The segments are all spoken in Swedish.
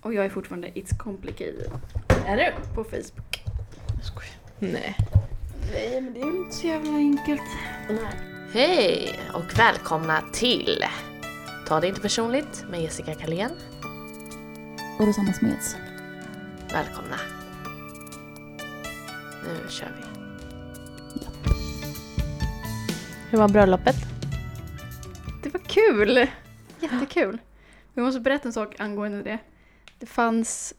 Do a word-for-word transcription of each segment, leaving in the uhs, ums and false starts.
Och jag är fortfarande It's Complicated. Är du? På Facebook. Nej. Nej, men det är ju inte så jävla enkelt. Nej. Hej och välkomna till Ta det inte personligt med Jessica Kalén. Och Rosanna Smeds. Välkomna. Nu kör vi. Ja. Hur var bröllopet? Det var kul. Jättekul. Vi måste berätta en sak angående det. Det fanns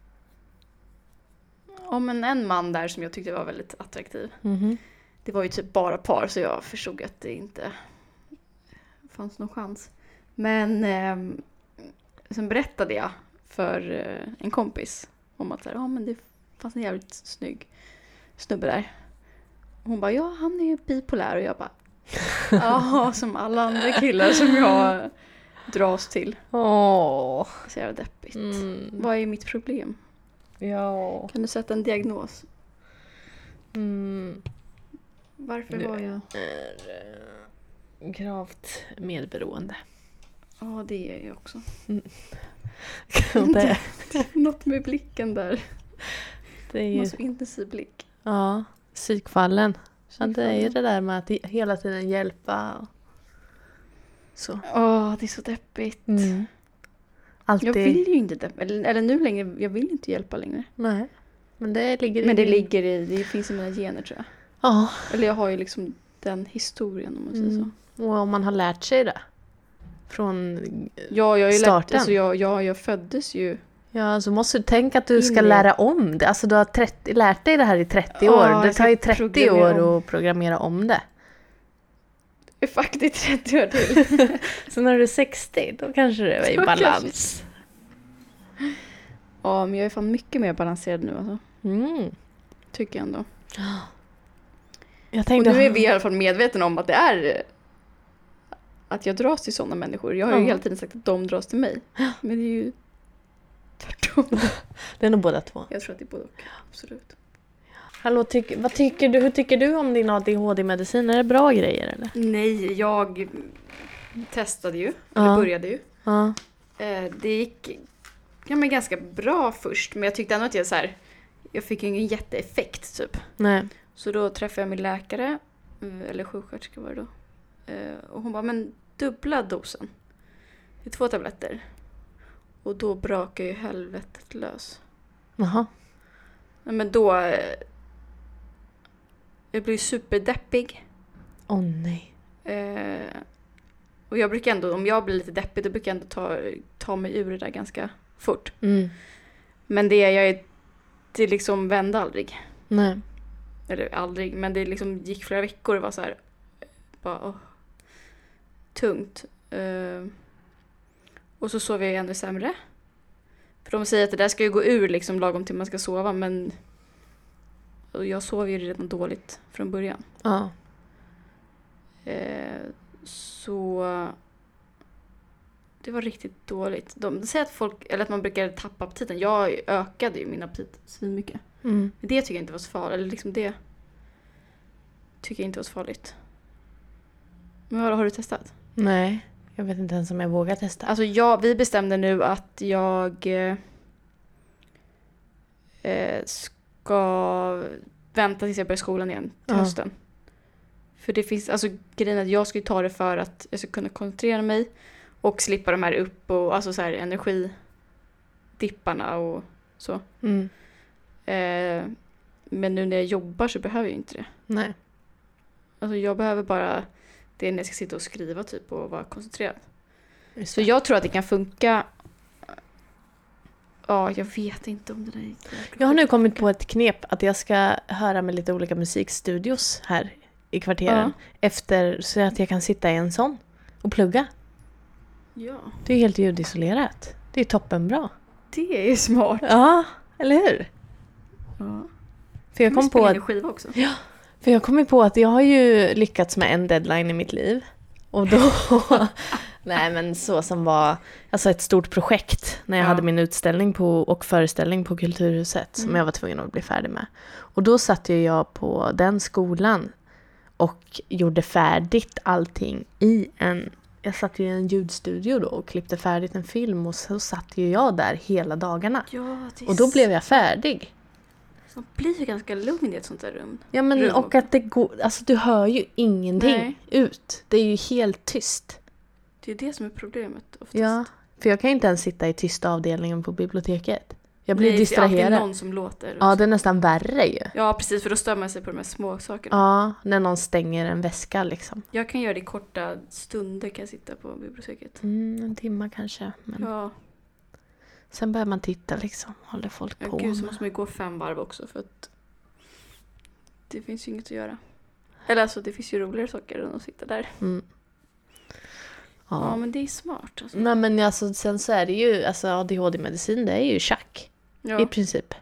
om en, en man där som jag tyckte var väldigt attraktiv. Mm-hmm. Det var ju typ bara par så jag förstod att det inte fanns någon chans. Men eh, sen berättade jag för eh, en kompis om att så här, ja, men det fanns en jävligt snygg snubbe där. Och hon bara, ja han är ju bipolär. Och jag bara, ja som alla andra killar som jag dras till. Åh. Så jävla deppigt. Mm. Vad är mitt problem? Ja. Kan du sätta en diagnos? Mm. Varför Du var jag? är äh, gravt medberoende. Ja, det är jag också. det, Något med blicken där. det är ju... Någon så intensiv blick. Ja, psykfallen. Ja, det är ju Psykfallen. det där med att hela tiden hjälpa. Och så. Åh, det är så deppigt. Mm. Alltid. Jag vill ju inte depp- eller, eller nu längre, jag vill inte hjälpa längre. Nej. Men det ligger Men det i... ligger i, det finns i mina gener tror jag. Ja. Eller jag har ju liksom den historien om man säger Mm. så. Och om man har lärt sig det. Från Ja, jag är ju lätt, starten. alltså jag, jag, jag föddes ju. Ja, så måste du tänka att du ska In i- lära om det. Alltså du har trettio, lärt dig det här i trettio Ja, år. jag Det ska tar ju trettio programmera år om. att programmera om det. Jag är faktiskt trettio år till. Så när du är sextio, då kanske det är i Då balans. Ja, men jag är fan mycket mer balanserad nu alltså. Mm. Tycker jag ändå. Jag Och tänkte... nu är vi i alla fall medvetna om att det är att jag dras till sådana människor. Jag har ju Ja. hela tiden sagt att de dras till mig. Men det är ju tvärtom. Det är nog båda två. Jag tror att det är både och. Absolut. Hallå, tyck, vad tycker du, hur tycker du om din A D H D-medicin? Är det bra grejer eller? Nej, jag testade ju. Ja. Eller började ju. Ja. Eh, Det gick ja, men ganska bra först. Men jag tyckte ändå att jag så här, jag fick ju ingen jätteeffekt typ. Nej. Så då träffade jag min läkare. eh, Eller sjuksköterska var det då. Eh, Och hon bara, men dubbla dosen. Det är två tabletter. Och då brakar ju helvetet lös. Jaha. Nej, men då... eh, Jag blir superdeppig. Åh oh, nej. Eh, och jag brukar ändå, om jag blir lite deppig, då brukar jag ändå ta, ta mig ur det där ganska fort. Mm. Men det jag är, det liksom vände aldrig. Nej. Eller aldrig, men det liksom gick flera veckor och var så här, bara, åh, tungt. Eh, och så sov jag ännu sämre. För de säger att det där ska ju gå ur liksom lagom till man ska sova, men och jag sov ju redan dåligt från början. Ja. Eh, så det var riktigt dåligt. De, de säger att folk, eller att man brukar tappa aptiten. Jag ökade ju min aptit svin mycket. Mm. Men det tycker jag inte var så farligt. Eller liksom det tycker jag inte var så farligt. Men vad har du testat? Nej. Jag vet inte ens om jag vågar testa. Alltså jag, vi bestämde nu att jag eh, ska vänta tills jag börjar skolan igen till Ja. hösten. För det finns, alltså grejen är att jag ska ju ta det för att jag ska kunna koncentrera mig och slippa de här upp och alltså så här energidipparna och så. Mm. Eh, men nu när jag jobbar så behöver jag inte det. Nej. Alltså jag behöver bara det när jag ska sitta och skriva typ och vara koncentrerad. Just Så det. jag tror att det kan funka. Ja, jag vet inte om det där är jäkla Jag har nu kommit på ett knep att jag ska höra med lite olika musikstudios här i kvarteren. Efter, så att jag kan sitta i en sån och plugga. Ja, Det är helt ljudisolerat. Det är toppenbra. det är ju smart. Ja, eller hur? Ja. För jag kom på att en skiva också. För jag kom ju på att jag har ju lyckats med en deadline i mitt liv. Och då... nej, men så som var... Alltså ett stort projekt när jag Ja. hade min utställning på, och föreställning på Kulturhuset som Mm. jag var tvungen att bli färdig med. Och då satt ju jag på den skolan och gjorde färdigt allting i en jag satt ju i en ljudstudio då och klippte färdigt en film och så satt ju jag där hela dagarna. Ja, det är Och då blev jag färdig. Så man blir ju ganska lugn i ett sånt där rum. Ja, men rum och att det går, alltså du hör ju ingenting Nej. ut. Det är ju helt tyst. Det är det som är problemet oftast. Ja, för jag kan inte ens sitta i tysta avdelningen på biblioteket. Jag blir Nej, Det är distraherad. alltid någon som låter. Ja, det är nästan värre ju. Ja, precis, för då stör man sig på de här små sakerna. Ja, när någon stänger en väska liksom. Jag kan göra det i korta stunder, kan jag sitta på biblioteket. Mm, en timme kanske. Men Ja, sen börjar man titta liksom. Håller folk ja på gud, så med. måste man ju gå fem varv också för att det finns ju inget att göra. Eller alltså, det finns ju roligare saker än att sitta där. Mm. Ja, Ja. men det är smart. Alltså. Nej, men alltså, sen så är det ju, alltså A D H D-medicin, det är ju tjack. Ja. I princip.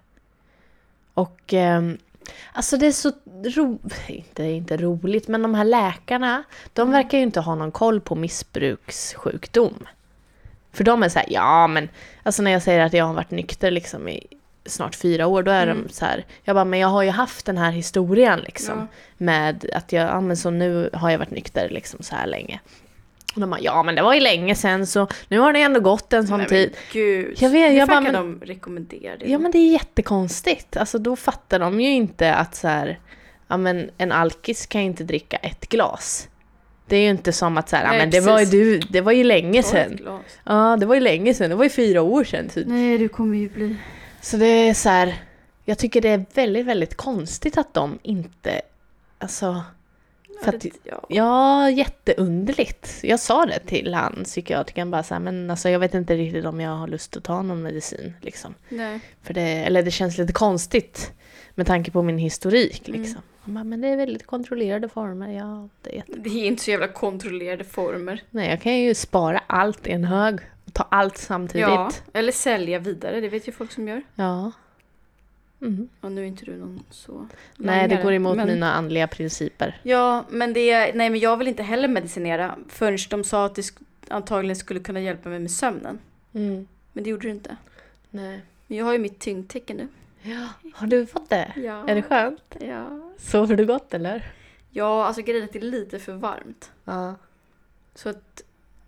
Och ehm, alltså det är så ro... inte, inte roligt, men de här läkarna, de Mm. verkar ju inte ha någon koll på missbrukssjukdom. För de är så här, ja men, alltså när jag säger att jag har varit nykter liksom i snart fyra år, då är Mm. de så här, jag bara, men jag har ju haft den här historien liksom, Ja. med att jag, ja men så nu har jag varit nykter liksom så här länge. Och de bara, ja men det var ju länge sedan, så nu har det ändå gått en sån Nej, tid. men gud. Jag vet, Hur jag fan bara, kan men- de rekommendera det? Ja, men det är jättekonstigt. Alltså då fattar de ju inte att så här, ja men en alkis kan ju inte dricka ett glas. Det är ju inte som att så här, ja Nej, men det var ju precis. du, det var ju länge Ta ett sedan. glas. Ja, det var ju länge sedan. Det var ju fyra år sedan typ. Nej, du kommer ju bli... Så det är så här, jag tycker det är väldigt väldigt konstigt att de inte, alltså, för att, ja. ja, jätteunderligt. Jag sa det till han psykiatrikern bara så här, men alltså jag vet inte riktigt om jag har lust att ta någon medicin liksom. Nej. För det, eller det känns lite konstigt med tanke på min historik Mm. liksom. Han bara, men det är väldigt kontrollerade former. Ja, det är jätte... Det är inte så jävla kontrollerade former. Nej, jag kan ju spara allt i en hög och ta allt samtidigt. Ja, eller sälja vidare. Det vet ju folk som gör. Ja. Mm. Och nu är inte du någon så... Nej, det langare, går emot men... mina andliga principer. Ja, men det är... Nej, men jag vill inte heller medicinera förrän de sa att det sk- antagligen skulle kunna hjälpa mig med sömnen. Mm. Men det gjorde det inte. Nej. Men jag har ju mitt tyngdtecken nu. Ja, har du fått det? Ja. Är det skönt? Ja. Sover du gott eller? Ja, alltså grejen är att det är lite för varmt. Ja. Så att...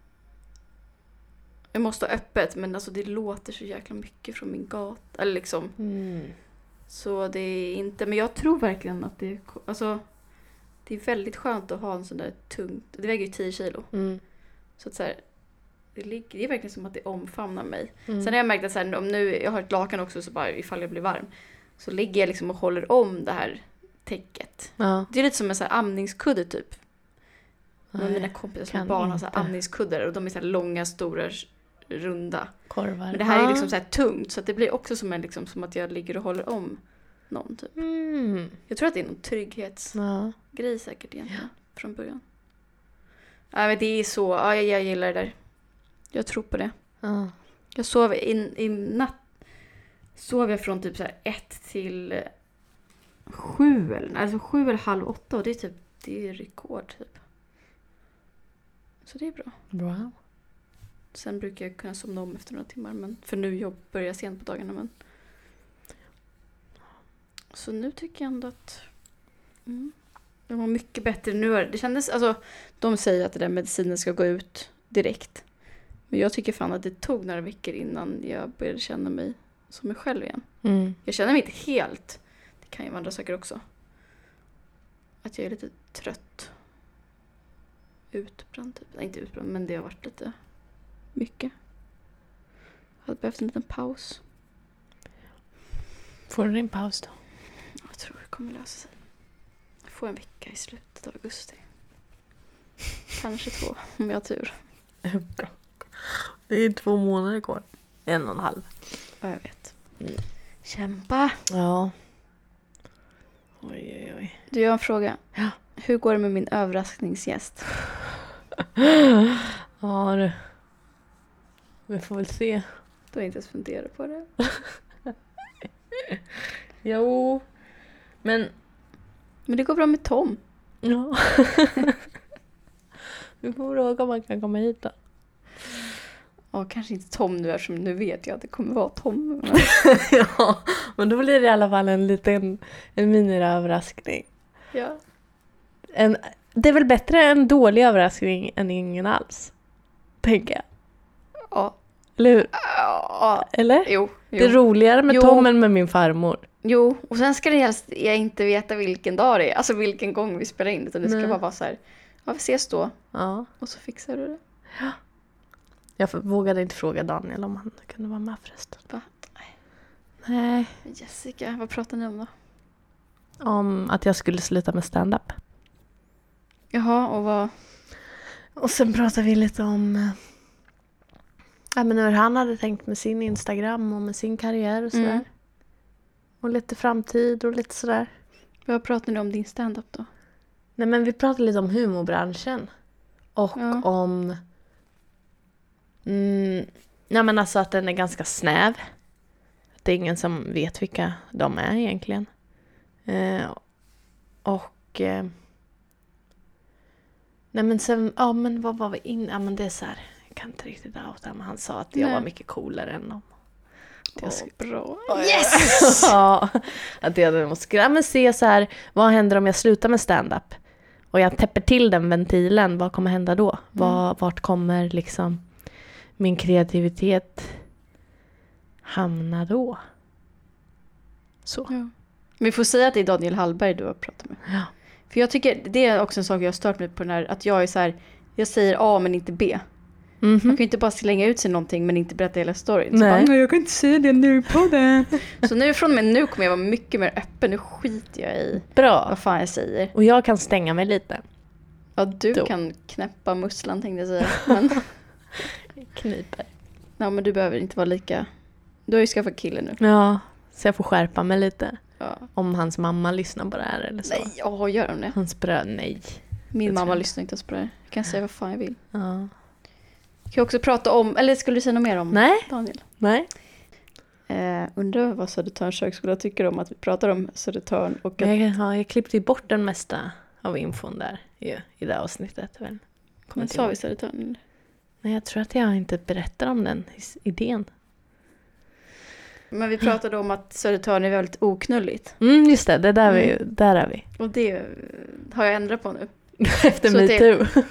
Jag måste ha öppet, men alltså det låter så jäkla mycket från min gata. Eller liksom... Mm. Så det är inte, men jag tror verkligen att det är, alltså, det är väldigt skönt att ha en sån där tungt, det väger ju tio kilo. Mm. Så att så här, det, ligger, det är verkligen som att det omfamnar mig. Mm. Sen har jag märkt att så här, om nu, jag har ett lakan också så bara ifall jag blir varm, så ligger jag liksom och håller om det här täcket. Ja. Det är lite som en så här amningskudde typ. Nej, Mina kompisar som kan barn har så här inte. amningskuddar och de är så här långa, stora, runda. Korvar. Men det här är Ja. liksom så här tungt så att det blir också som, en, liksom, som att jag ligger och håller om någon typ. Mm. Jag tror att det är någon trygghetsgrej Ja. säkert egentligen från början. Ja, men det är så, ja, jag, jag gillar det där. Jag tror på det. Ja. Jag sov in, i natt sov jag från typ så här ett till eh, sju eller alltså sju eller halv åtta och det är typ det är rekord typ. Så det är bra. Bra. Sen brukar jag kunna somna om efter några timmar men för nu jobb börjar jag sent på dagarna men så nu tycker jag ändå att mm, det var mycket bättre nu. Är, det kändes, alltså de säger att det där medicinen ska gå ut direkt. Men jag tycker fan att det tog några veckor innan jag började känna mig som mig själv igen. Mm. Jag känner mig inte helt, det kan ju vara andra saker också. Att jag är lite trött. Utbränd typ. Nej, inte utbränd men det har varit lite mycket. Jag hade behövt en liten paus. Får du din paus då? Jag tror det kommer lösa sig. Jag får en vecka i slutet av augusti. Kanske två, om jag har tur. Bra. Det är två månader kvar. En och en halv. Ja, jag vet. Mm. Kämpa! Ja. Oj, oj, oj. Du, jag har en fråga. Ja. Hur går det med min överraskningsgäst? Ja, du. Vi får väl se. Du har inte ens funderat på det. Jo. Men, Men det går bra med Tom. ja. Vi får fråga om man kan komma hit då. Ja, kanske inte Tom nu eftersom nu vet jag att det kommer vara Tom. Men... Ja, men då blir det i alla fall en liten en mini-överraskning. ja. En, det är väl bättre en dålig överraskning än ingen alls. tänker jag. Ja. Eller hur? Ja. Eller? Jo. Det är Jo. roligare med Jo. Tom än med min farmor. Jo. Och sen ska det helst jag inte veta vilken dag det är. Alltså vilken gång vi spelar in. Utan det ska Nej. bara vara så här. Ja, vi ses då. Ja. Och så fixar du det. Jag vågade inte fråga Daniel om han kunde vara med förresten. Va? Nej. Jessica, vad pratar ni om då? Om att jag skulle sluta med stand-up. Jaha, och vad? Och sen pratade vi lite om eh, ja, men hur han hade tänkt med sin Instagram och med sin karriär och sådär. Mm. Och lite framtid och lite sådär. Vad pratar ni om din stand-up då? Nej, men vi pratade lite om humorbranschen. Och Ja. om mm, ja, men alltså att den är ganska snäv. Att det är ingen som vet vilka de är egentligen. Eh, och eh, nej, men sen, ja, men vad var vi in? Ja, men det är så här, jag kan inte riktigt outa, men han sa att jag Nej. var mycket coolare än dem. Att jag Åh, skulle- bra. Yes! Ja, att jag måste ja, men se så här, vad händer om jag slutar med stand-up? Och jag täpper till den ventilen, vad kommer hända då? Vad, vart kommer liksom min kreativitet hamna då? Så. Ja. Vi får säga att det är Daniel Hallberg du har pratat med. Ja. För jag tycker, det är också en sak jag har stört mig på den här, att jag är så här, jag säger A men inte B. Mhm. Man kan ju inte bara slänga ut sig någonting men inte berätta hela storyn. Så Nej. bara, "Nej, jag kan inte säga det nu på det. Så nu från och med nu kommer jag vara mycket mer öppen. Nu skiter jag i Bra. vad fan jag säger. Och jag kan stänga mig lite. Ja, du Då. kan knäppa musslan tänkte jag säga. Men, Kniper. ja, men du behöver inte vara lika... Du har ju skaffat kille nu. Ja, så jag får skärpa mig lite. Ja. Om hans mamma lyssnar på det här eller så. Nej, ja, gör de det? Hans bröd, nej. Min Det tror mamma jag. lyssnar inte ens på det här. Jag kan säga vad fan jag vill. Ja. Kan jag också prata om... Eller skulle du säga något mer om Nej, Daniel? nej. Eh, undrar vad Södertörns högskola tycker om att vi pratar om Södertörn och att... Jag, ja, jag klippte ju bort den mesta av infon där i, i det här avsnittet. Väl. Kommer Men inte sa ihåg. vi Södertörn? eller? Nej, jag tror att jag inte berättar om den is- idén. Men vi pratade om att Södertörn är väldigt oknulligt. Mm, just det, det där, Mm. vi, där är vi. Och det eh, har jag ändrat på nu. Efter Så det- metoo.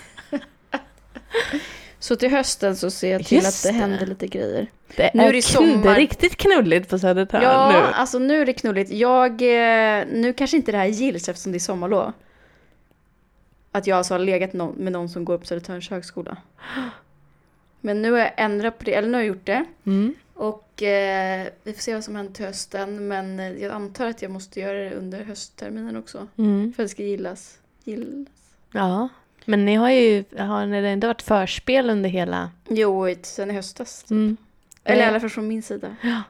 Så till hösten så ser jag till Just att det det. händer lite grejer. Det Nu är, är det knull, det sommar. är riktigt knulligt på Södertörn Ja, nu. alltså nu är det knulligt. Jag, eh, nu kanske inte det här gills eftersom det är sommarlov. Att jag alltså har legat någon, med någon som går på Södertörns högskola. Men nu har jag ändrat på det, eller nu har jag gjort det. Mm. Och eh, vi får se vad som händer till hösten. Men eh, jag antar att jag måste göra det under höstterminen också. Mm. För att det ska gillas. gillas. Ja, men ni har ju har ni det inte varit förspel under hela... Jo, sen i höstas. Mm. Eller i Nej. alla fall från min sida. Ja.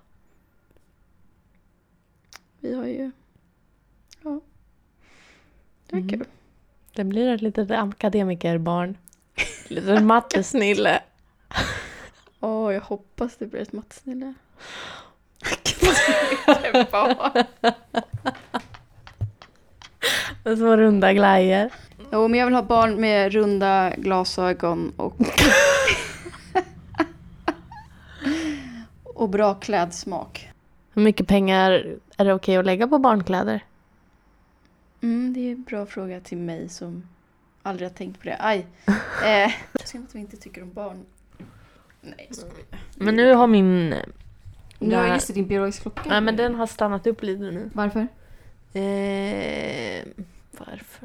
Vi har ju... Ja. Det var Mm. kul. Det blir ett litet akademikerbarn. Lite mattesnille. Åh, jag hoppas det blir ett mattsnille. Det var- Med små runda glajer. Jo, men jag vill ha barn med runda glasögon och... och bra klädsmak. Hur mycket pengar är det okej att lägga på barnkläder? Mm, det är en bra fråga till mig som aldrig har tänkt på det. Aj. Eh, jag synd att vi inte tycker om barn. Nej, jag skojar. Men nu har min... Nu har just det, din biologiska klocka. Nej, men den har stannat upp lite nu. Varför? Eh, varför?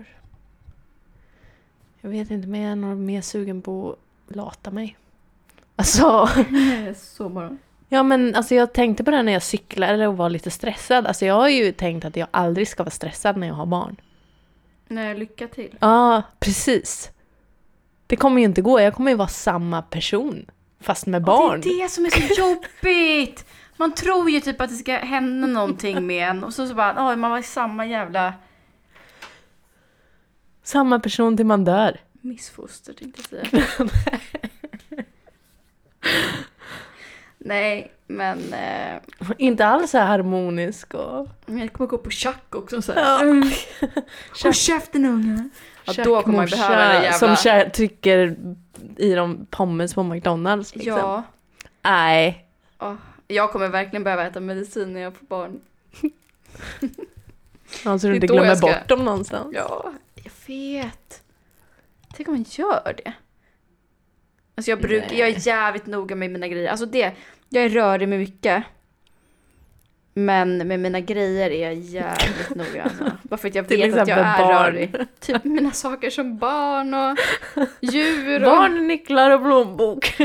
Jag vet inte, men jag är nog mer sugen på att lata mig. Alltså... Så bara. Ja, men alltså jag tänkte på det när jag cyklade och var lite stressad. Alltså jag har ju tänkt att jag aldrig ska vara stressad när jag har barn. Nej, lycka till. Ja, precis. Det kommer ju inte gå. Jag kommer ju vara samma person. Fast med barn. Det är det som är så jobbigt. Man tror ju typ att det ska hända någonting med en. Och så, så bara, oj, man var samma jävla Samma person till man dör. missfoster, tänkte jag säga. Nej, men eh, Inte alls så här harmonisk och... jag kommer gå på tjack också så här. Ja. Mm. Håll käften, unga. Ja, då kommer man Tjackmorsa behöva det jävla... som kär, trycker i de pommes på McDonalds. Liksom. Ja. Nej. Åh, jag kommer verkligen behöva äta medicin när jag får barn. Ja, så du Det är inte då glömmer jag ska- bort dem någonstans. Ja, jag vet. Tänk om man gör det. Alltså jag brukar, Nej. jag är jävligt noga med mina grejer. Alltså det, jag är rörig med mycket. Men med mina grejer är jag jävligt noga. Alltså. Bara för att jag Till vet att jag exempel är barn. rörig. Typ mina saker som barn och djur. Och... Barn, nycklar och blombok.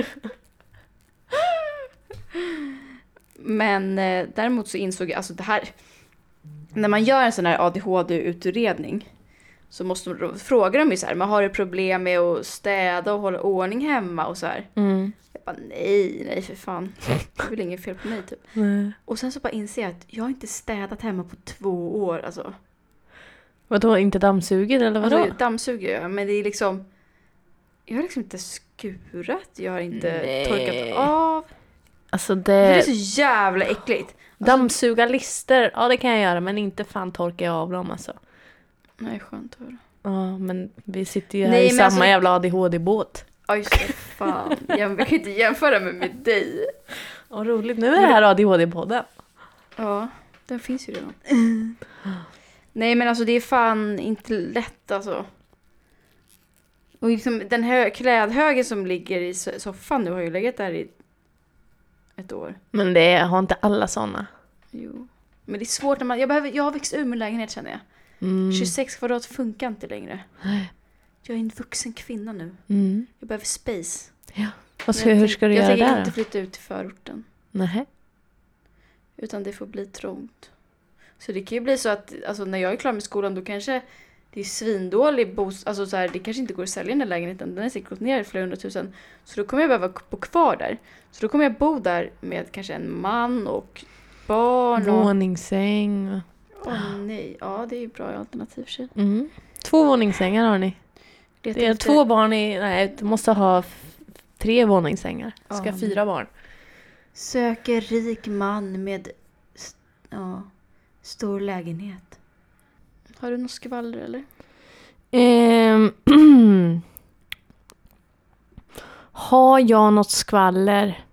Men eh, däremot så insåg jag, alltså det här, när man gör en sån här A D H D-utredning så måste de fråga dem ju så här, men har du problem med att städa och hålla ordning hemma och så här? Mm. Jag bara, nej, nej för fan. Det är väl inget fel på mig typ. Nej. Och sen så bara inser jag att jag har inte städat hemma på två år. Alltså, Vadå, inte dammsugit eller vadå? alltså jag dammsuger jag, men det är liksom, jag har liksom inte skurat, jag har inte Nej. torkat av. Alltså Det är det... så jävla äckligt. Dammsuga lister, ja det kan jag göra, men inte fan torka jag av dem alltså. Nej, skönt att höra. Ja, men vi sitter ju här Nej, i men samma alltså- jävla A D H D-båt. Ja just det, fan. Jag kan inte jämföra mig med dig. Vad roligt, nu är det här A D H D-podden. Ja, den finns ju redan. Nej men alltså det är fan inte lätt alltså. Och liksom den hö- klädhögen som ligger i so- soffan nu har ju legat där i ett år. Men det har inte alla såna. Jo. Men det är svårt när man, jag, behöver, jag har växt ur min lägenhet känner jag. Mm. tjugosex kvadrat funkar inte längre. Nej. Jag är en vuxen kvinna nu. Mm. Jag behöver space. Vad ska, Men jag hur tänk- ska du jag göra tänker där inte då? flytta ut till förorten. Nej. Utan det får bli trångt. Så det kan ju bli så att alltså, när jag är klar med skolan då kanske det är svindålig bostad. Alltså så här, det kanske inte går att sälja den där lägenheten. Den är säkert gått ner i flera hundratusen. Så då kommer jag behöva bo kvar där. Så då kommer jag bo där med kanske en man och barn. Och... Våningssäng. Åh nej, ja det är ju bra alternativ för sig. Mm. Två våningssängar har ni. Letar Det är efter- två barn i... Nej, du måste ha f- tre våningssängar. Ska Ja, fyra barn. Söker rik man med st- ja, stor lägenhet. Har du något skvaller eller? Ehm, har jag något skvaller?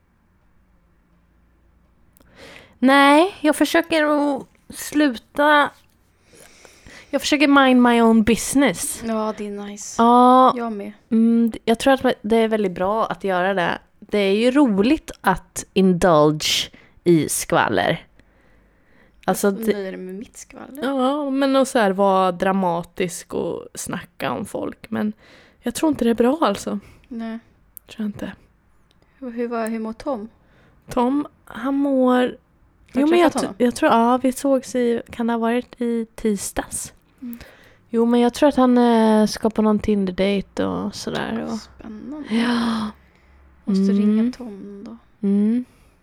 Nej, jag försöker att sluta... Jag försöker mind my own business. Ja, det är nice. Ja, Jag med. mm, jag tror att det är väldigt bra att göra det. Det är ju roligt att indulge i skvaller. Alltså, det, Nöjer dig med mitt skvaller. ja, men och så här vara dramatisk och snacka om folk. Men jag tror inte det är bra alltså. Nej. Tror jag inte. Hur, hur, var, hur mår Tom? Tom, han mår... Har du Jo, men jag, träffat t- honom? jag tror, ja, vi sågs i, kan det ha varit i tisdags? Mm. Jo, men jag tror att han eh, ska på någon Tinder-date och sådär. Och... Spännande. Ja. Måste Mm. ringa Tom då. Mm.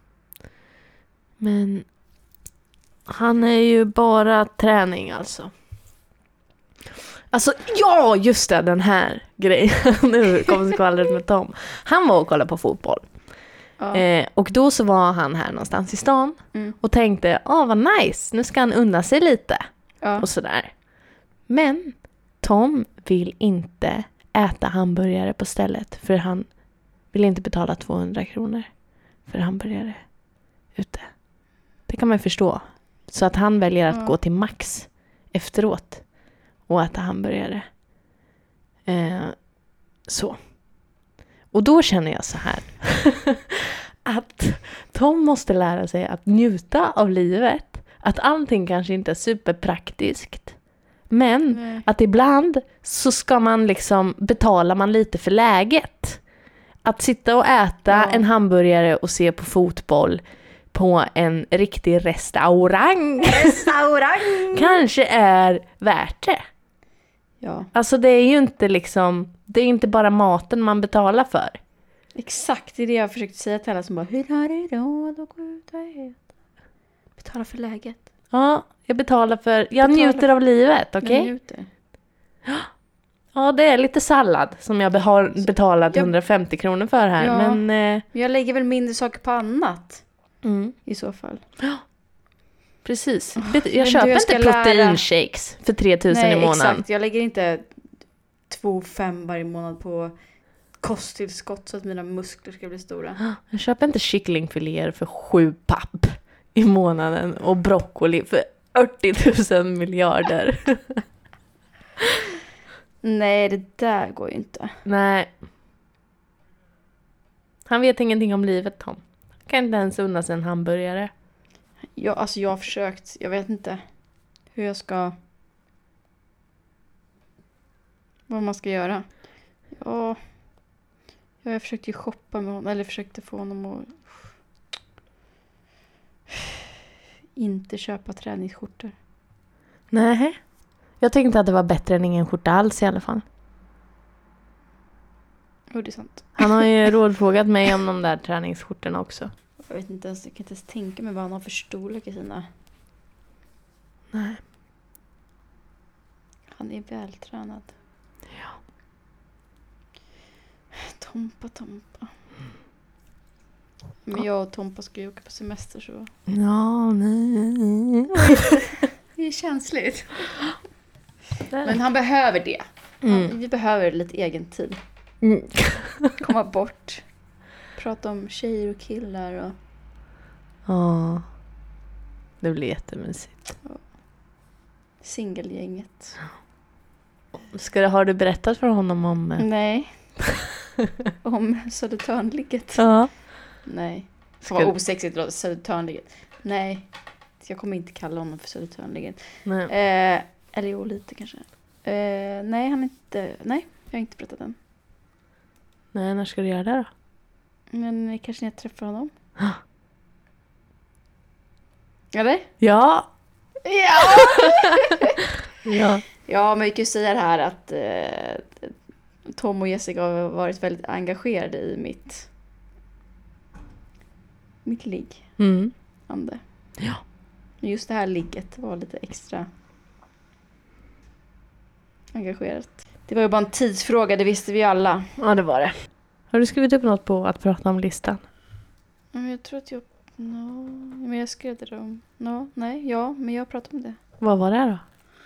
Men han är ju bara träning alltså. Alltså, ja, just det, den här grejen. Nu kommer skvallret med Tom. Han var och kollade på fotboll. Ja. Eh, och då så var han här någonstans i stan Mm. och tänkte, åh vad nice, nu ska han unna sig lite. Ja. Och sådär. Men Tom vill inte äta hamburgare på stället, för han vill inte betala tvåhundra kronor för hamburgare ute. Det kan man ju förstå. Så att han väljer att Ja. gå till Max efteråt och äta hamburgare. Eh, så. Och då känner jag så här att Tom måste lära sig att njuta av livet. Att allting kanske inte är superpraktiskt. Men Nej. att ibland så ska man liksom, betalar man lite för läget. Att sitta och äta Ja. en hamburgare och se på fotboll på en riktig restaurang Restaurang! kanske är värt det. Ja, Alltså det är ju inte liksom, det är inte bara maten man betalar för. exakt. Det är det jag försökt säga till alla som bara, hur har du råd att gå ut och äta? Betala för läget. Ja, jag betalar för, jag Betalar njuter av livet, okej? Jag njuter. Ja, det är lite sallad som jag be- har betalat jag- hundrafemtio kronor för här, Ja. men... Eh, Men jag lägger väl mindre saker på annat mm. i så fall. Precis. men Jag du, köper jag ska inte lära- proteinshakes för tre tusen i Nej, månaden. exakt. Jag lägger inte två fem varje månad på kosttillskott så att mina muskler ska bli stora. Jag köper inte kycklingfiléer för sju papp i månaden och broccoli för fyrtio tusen miljarder. Nej, det där går ju inte. Nej. Han vet ingenting om livet, Tom. Han kan inte ens unna sig en hamburgare. Ja, alltså jag har försökt. Jag vet inte hur jag ska... Vad man ska göra. Ja, jag försökte ju shoppa med honom. Eller försökte få honom att... inte köpa träningsskjortor. Nej. Jag tänkte att det var bättre än ingen skjorta alls i alla fall. Jo, det är sant. Han har ju rådfrågat mig om de där träningsskjortorna också. Jag vet inte ens, jag kan inte ens tänka mig vad han har för storlek i sina. Nej. Han är vältränad. Ja. Tompa, Tompa. Men jag och Tompa ska ju åka på semester så. Ja, nej. Det är känsligt. Men han behöver det. Mm. Han, vi behöver lite egen tid. Mm. Komma bort. Prata om tjejer och killar och... Ja. Det blir jättemysigt. Singelgänget. Ska det, har du berättat för honom om... Nej. Om Södertörnligget. Ja. Nej. Ska Vad du- osexigt låter Södertörnligget. Nej. Jag kommer inte kalla honom för Södertörnligget. Nej. Eh, eller jo, lite kanske. Eh, nej, han är inte... Nej, jag har inte berättat än. Nej, när ska du göra det då? Men kanske när jag träffar honom. Eller? Ja. Ja! Ja. Ja, men vi kan ju säga det här att eh, Tom och Jessica har varit väldigt engagerade i mitt mitt ligg, Mm. Ande. Ja. Men just det här ligget var lite extra engagerat. Det var ju bara en tidsfråga, det visste vi alla. Ja, det var det. Har du skrivit upp något på att prata om listan? Men jag tror att jag... No, men jag skrev det om... No, nej, ja, men jag pratade om det. Vad var det då?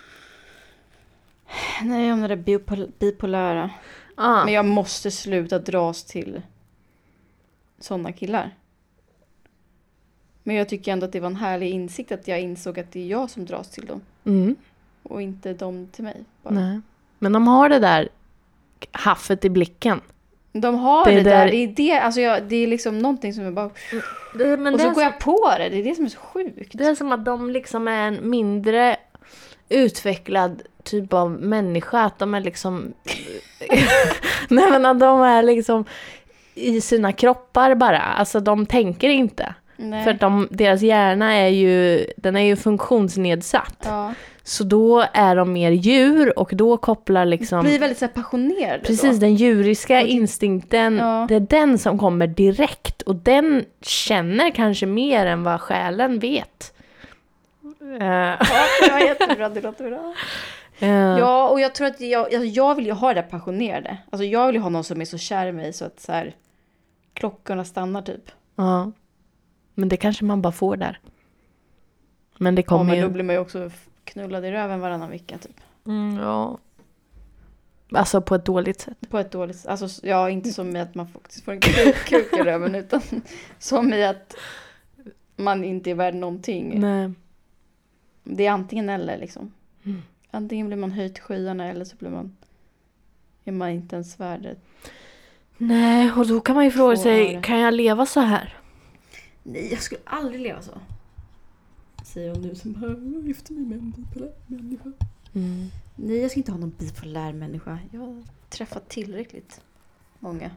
Nej, om det där bipol- bipolära. Ah. Men jag måste sluta dras till sådana killar. Men jag tycker ändå att det var en härlig insikt att jag insåg att det är jag som dras till dem. Mm. Och inte de till mig. Bara. Nej. Men de har det där haffet i blicken. De har Det det, är där. där- Det är, det, alltså jag, det är liksom någonting som jag bara... Det, men och det så är går jag på det. Det är det som är så sjukt. Det är som att de liksom är en mindre utvecklad typ av människa. Att de är liksom... Nej, men att de är liksom i sina kroppar bara. Alltså de tänker inte. Nej. För att de, deras hjärna är ju, den är ju funktionsnedsatt. Ja. Så då är de mer djur och då kopplar liksom... Blir väldigt så här passionerade. Precis, då. den djuriska Och det- instinkten, Ja. det är den som kommer direkt. Och den känner kanske mer än vad själen vet. Eh, Ja, det var jättebra. Det låter bra. eh, Ja, och jag tror att jag, jag, jag vill ju ha det där passionerade. Alltså jag vill ju ha någon som är så kär i mig så att så här, klockorna stannar typ. ja. Men det kanske man bara får där. Men det Ja, kommer men ju... då blir man ju också knullad i röven varannan vecka typ. Mm, ja. Alltså på ett dåligt sätt. På ett dåligt... Alltså ja, inte som i att man faktiskt får en kuk, kuk i röven utan som i att man inte är värd någonting. Nej. Det är antingen eller liksom. Mm. Antingen blir man höjt till skyarna eller så blir man... Är man inte ens värd det. Nej, och då kan man ju fråga Så är sig, det. kan jag leva så här? Nej, jag skulle aldrig leva så. Säger hon nu som bara, jag gifter mig med en bipolär människa. Mm. Nej, jag ska inte ha någon bipolär människa. Jag har träffat tillräckligt många.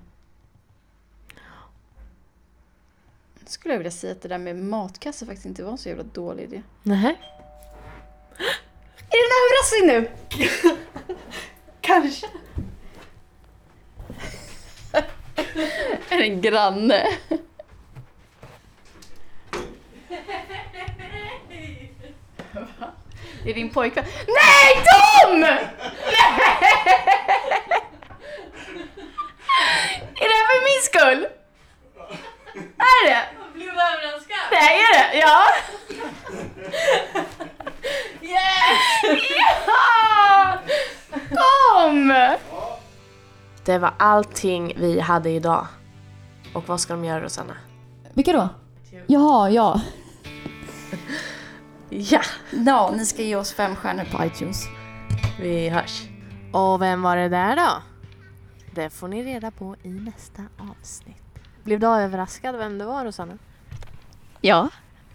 Skulle jag vilja säga att det där med matkasse faktiskt inte var en så jävla dålig idé. Nej. Är det en överraskning nu? Kanske. Är det en granne? Va? Det är din pojkvän. Nej, Tom! Nej! Är det här för min skull? Är det? Jag blev överraskad. Det är det, ja. Yes! Ja! Kom! Det var allting vi hade idag. Och vad ska de göra, Rosanna? Vilka då? Jaha, ja. Ja, Ja, ni ska ge oss fem stjärnor på iTunes. vi hörs. Och vem var det där då? Det får ni reda på i nästa avsnitt. Blev du överraskad vem det var, Rosanna? Ja.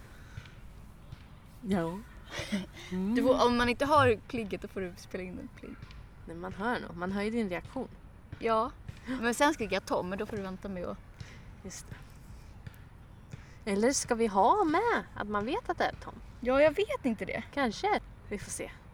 Ja. Mm. Du får, om man inte har pligget då får du spela in en pligg. Nej, man hör nog. Man hör ju din reaktion. Ja, men sen skriker jag Tom, men då får du vänta med att... Just det. Eller ska vi ha med att man vet att det är Tom? Ja, jag vet inte det. Kanske. Vi får se.